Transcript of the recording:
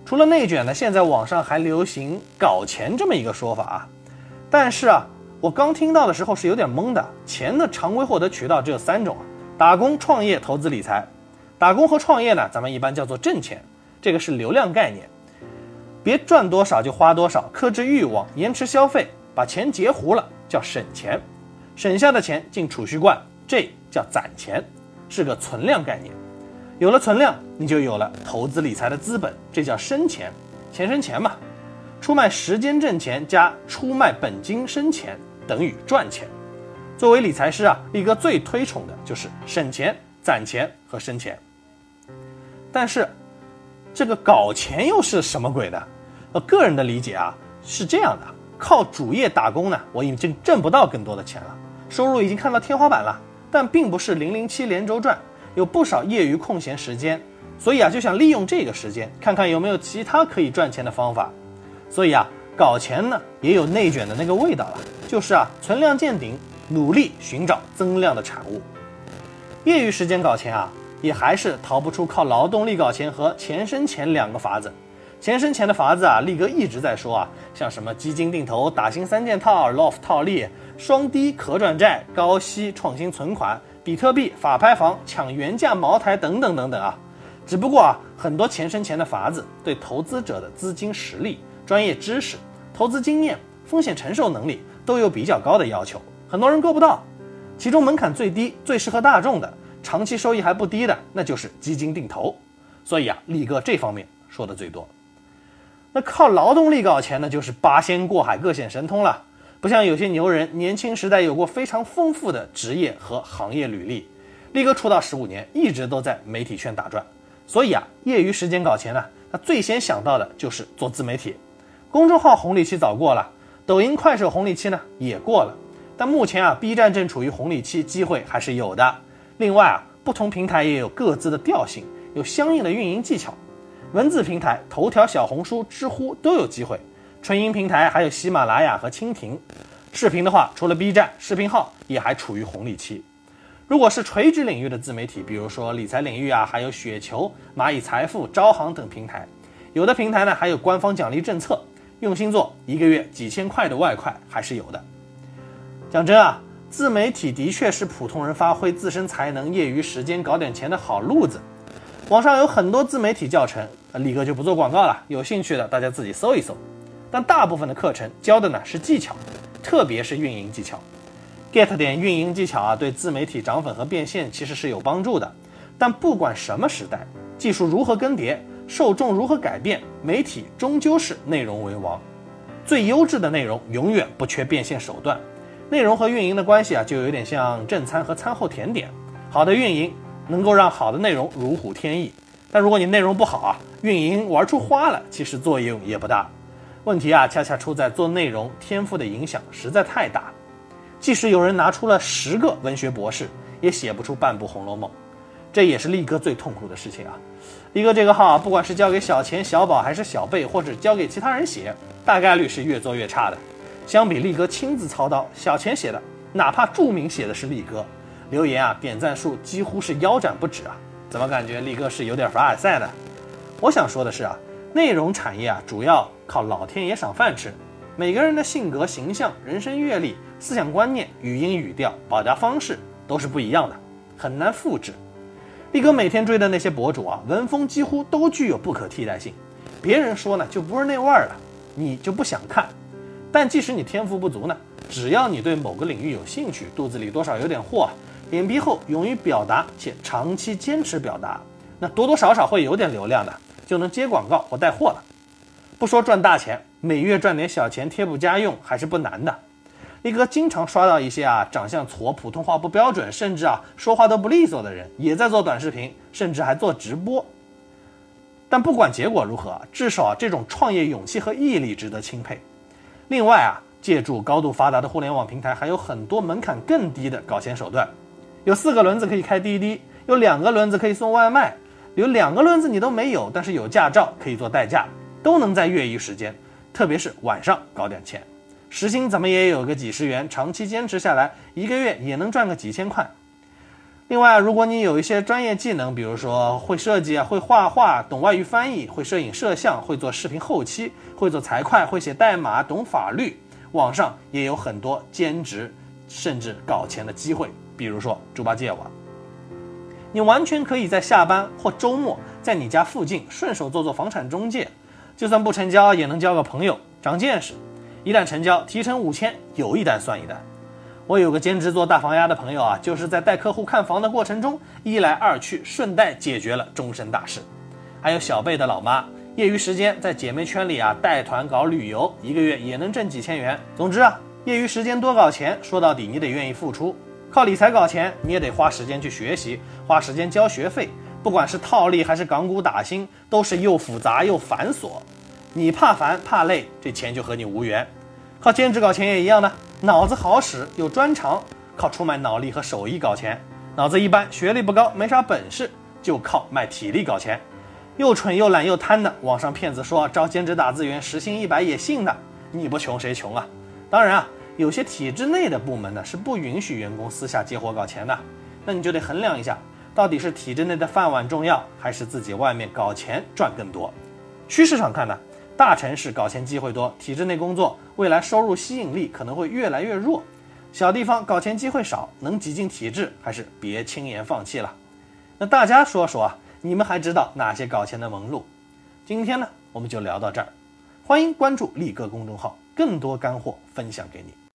除了内卷呢，现在网上还流行搞钱这么一个说法啊。但是啊，我刚听到的时候是有点懵的。钱的常规获得渠道只有3种啊：打工、创业、投资理财。打工和创业呢，咱们一般叫做挣钱，这个是流量概念，别赚多少就花多少，克制欲望，延迟消费，把钱截胡了叫省钱，省下的钱进储蓄罐，这叫攒钱，是个存量概念。有了存量，你就有了投资理财的资本，这叫生钱，钱生钱嘛。出卖时间挣钱加出卖本金生钱等于赚钱。作为理财师啊，力哥最推崇的就是省钱、攒钱和生钱。但是这个搞钱又是什么鬼呢？个人的理解啊是这样的，靠主业打工呢，我已经挣不到更多的钱了，收入已经看到天花板了，但并不是007连轴转，有不少业余空闲时间，所以啊就想利用这个时间看看有没有其他可以赚钱的方法。所以啊搞钱呢也有内卷的那个味道了，就是啊存量见顶，努力寻找增量的产物。业余时间搞钱啊也还是逃不出靠劳动力搞钱和钱生钱2个法子。钱生钱的法子啊，力哥一直在说啊，像什么基金定投、打新3件套、LOF 套利、双低可转债、高息创新存款、比特币、法拍房、抢原价茅台等等等等啊。只不过啊，很多钱生钱的法子对投资者的资金实力、专业知识、投资经验、风险承受能力都有比较高的要求，很多人够不到。其中门槛最低、最适合大众的、长期收益还不低的，那就是基金定投。所以啊，力哥这方面说的最多。那靠劳动力搞钱呢，就是八仙过海，各显神通了。不像有些牛人，年轻时代有过非常丰富的职业和行业履历。力哥出道15年，一直都在媒体圈打转，所以啊，业余时间搞钱呢，他最先想到的就是做自媒体。公众号红利期早过了，抖音、快手红利期呢也过了，但目前啊 B 站正处于红利期，机会还是有的。另外啊，不同平台也有各自的调性，有相应的运营技巧。文字平台头条、小红书、知乎都有机会，纯音平台还有喜马拉雅和蜻蜓。视频的话，除了 B 站，视频号也还处于红利期。如果是垂直领域的自媒体，比如说理财领域啊，还有雪球、蚂蚁财富、招行等平台，有的平台呢还有官方奖励政策，用心做，1个月几千块的外快还是有的。讲真啊，自媒体的确是普通人发挥自身才能、业余时间搞点钱的好路子。网上有很多自媒体教程，力哥就不做广告了，有兴趣的大家自己搜一搜。但大部分的课程教的呢是技巧，特别是运营技巧。get 点运营技巧啊，对自媒体涨粉和变现其实是有帮助的。但不管什么时代，技术如何更迭，受众如何改变，媒体终究是内容为王。最优质的内容永远不缺变现手段。内容和运营的关系啊，就有点像正餐和餐后甜点。好的运营能够让好的内容如虎添翼，但如果你内容不好啊，运营玩出花了，其实作用也不大。问题啊，恰恰出在做内容天赋的影响实在太大。即使有人拿出了10个文学博士，也写不出半部《红楼梦》，这也是力哥最痛苦的事情啊。力哥这个号啊，不管是交给小钱、小宝还是小贝，或者交给其他人写，大概率是越做越差的。相比力哥亲自操刀，小钱写的，哪怕注明写的是力哥，留言啊、点赞数几乎是腰斩不止啊！怎么感觉力哥是有点凡尔赛呢？我想说的是啊，内容产业啊，主要靠老天爷赏饭吃。每个人的性格、形象、人生阅历、思想观念、语音语调、表达方式都是不一样的，很难复制。力哥每天追的那些博主啊，文风几乎都具有不可替代性，别人说呢就不是那味儿了，你就不想看。但即使你天赋不足呢，只要你对某个领域有兴趣，肚子里多少有点货，脸皮厚，勇于表达且长期坚持表达，那多多少少会有点流量的，就能接广告或带货了。不说赚大钱，每月赚点小钱贴补家用还是不难的。力哥经常刷到一些啊长相矬、普通话不标准，甚至啊说话都不利索的人，也在做短视频，甚至还做直播。但不管结果如何，至少啊这种创业勇气和毅力值得钦佩。另外啊，借助高度发达的互联网平台，还有很多门槛更低的搞钱手段。有4个轮子可以开滴滴，有2个轮子可以送外卖，有2个轮子你都没有，但是有驾照可以做代驾，都能在业余时间，特别是晚上搞点钱。时薪咱们也有个几十元，长期坚持下来，1个月也能赚个几千块。 另外，如果你有一些专业技能，比如说会设计啊、会画画、懂外语翻译、会摄影摄像、会做视频后期、会做财会、会写代码、懂法律，网上也有很多兼职甚至搞钱的机会。比如说猪八戒网，你完全可以在下班或周末在你家附近顺手做房产中介，就算不成交也能交个朋友，长见识。一旦成交，提成5000，有一单算一单。我有个兼职做大房押的朋友啊，就是在带客户看房的过程中，一来二去，顺带解决了终身大事。还有小贝的老妈，业余时间在姐妹圈里啊带团搞旅游，一个月也能挣几千元。总之啊，业余时间多搞钱，说到底你得愿意付出。靠理财搞钱，你也得花时间去学习，花时间交学费。不管是套利还是港股打新，都是又复杂又繁琐。你怕烦怕累，这钱就和你无缘。靠兼职搞钱也一样的，脑子好使有专长，靠出卖脑力和手艺搞钱；脑子一般，学历不高，没啥本事，就靠卖体力搞钱。又蠢又懒又贪的，网上骗子说招兼职打字员时薪100也信的，你不穷谁穷啊？当然啊，有些体制内的部门呢是不允许员工私下接活搞钱的，那你就得衡量一下，到底是体制内的饭碗重要，还是自己外面搞钱赚更多。趋势上看呢，大城市搞钱机会多，体制内工作未来收入吸引力可能会越来越弱，小地方搞钱机会少，能挤进体制还是别轻言放弃了。那大家说说啊，你们还知道哪些搞钱的门路？今天呢，我们就聊到这儿，欢迎关注力哥公众号，更多干货分享给你。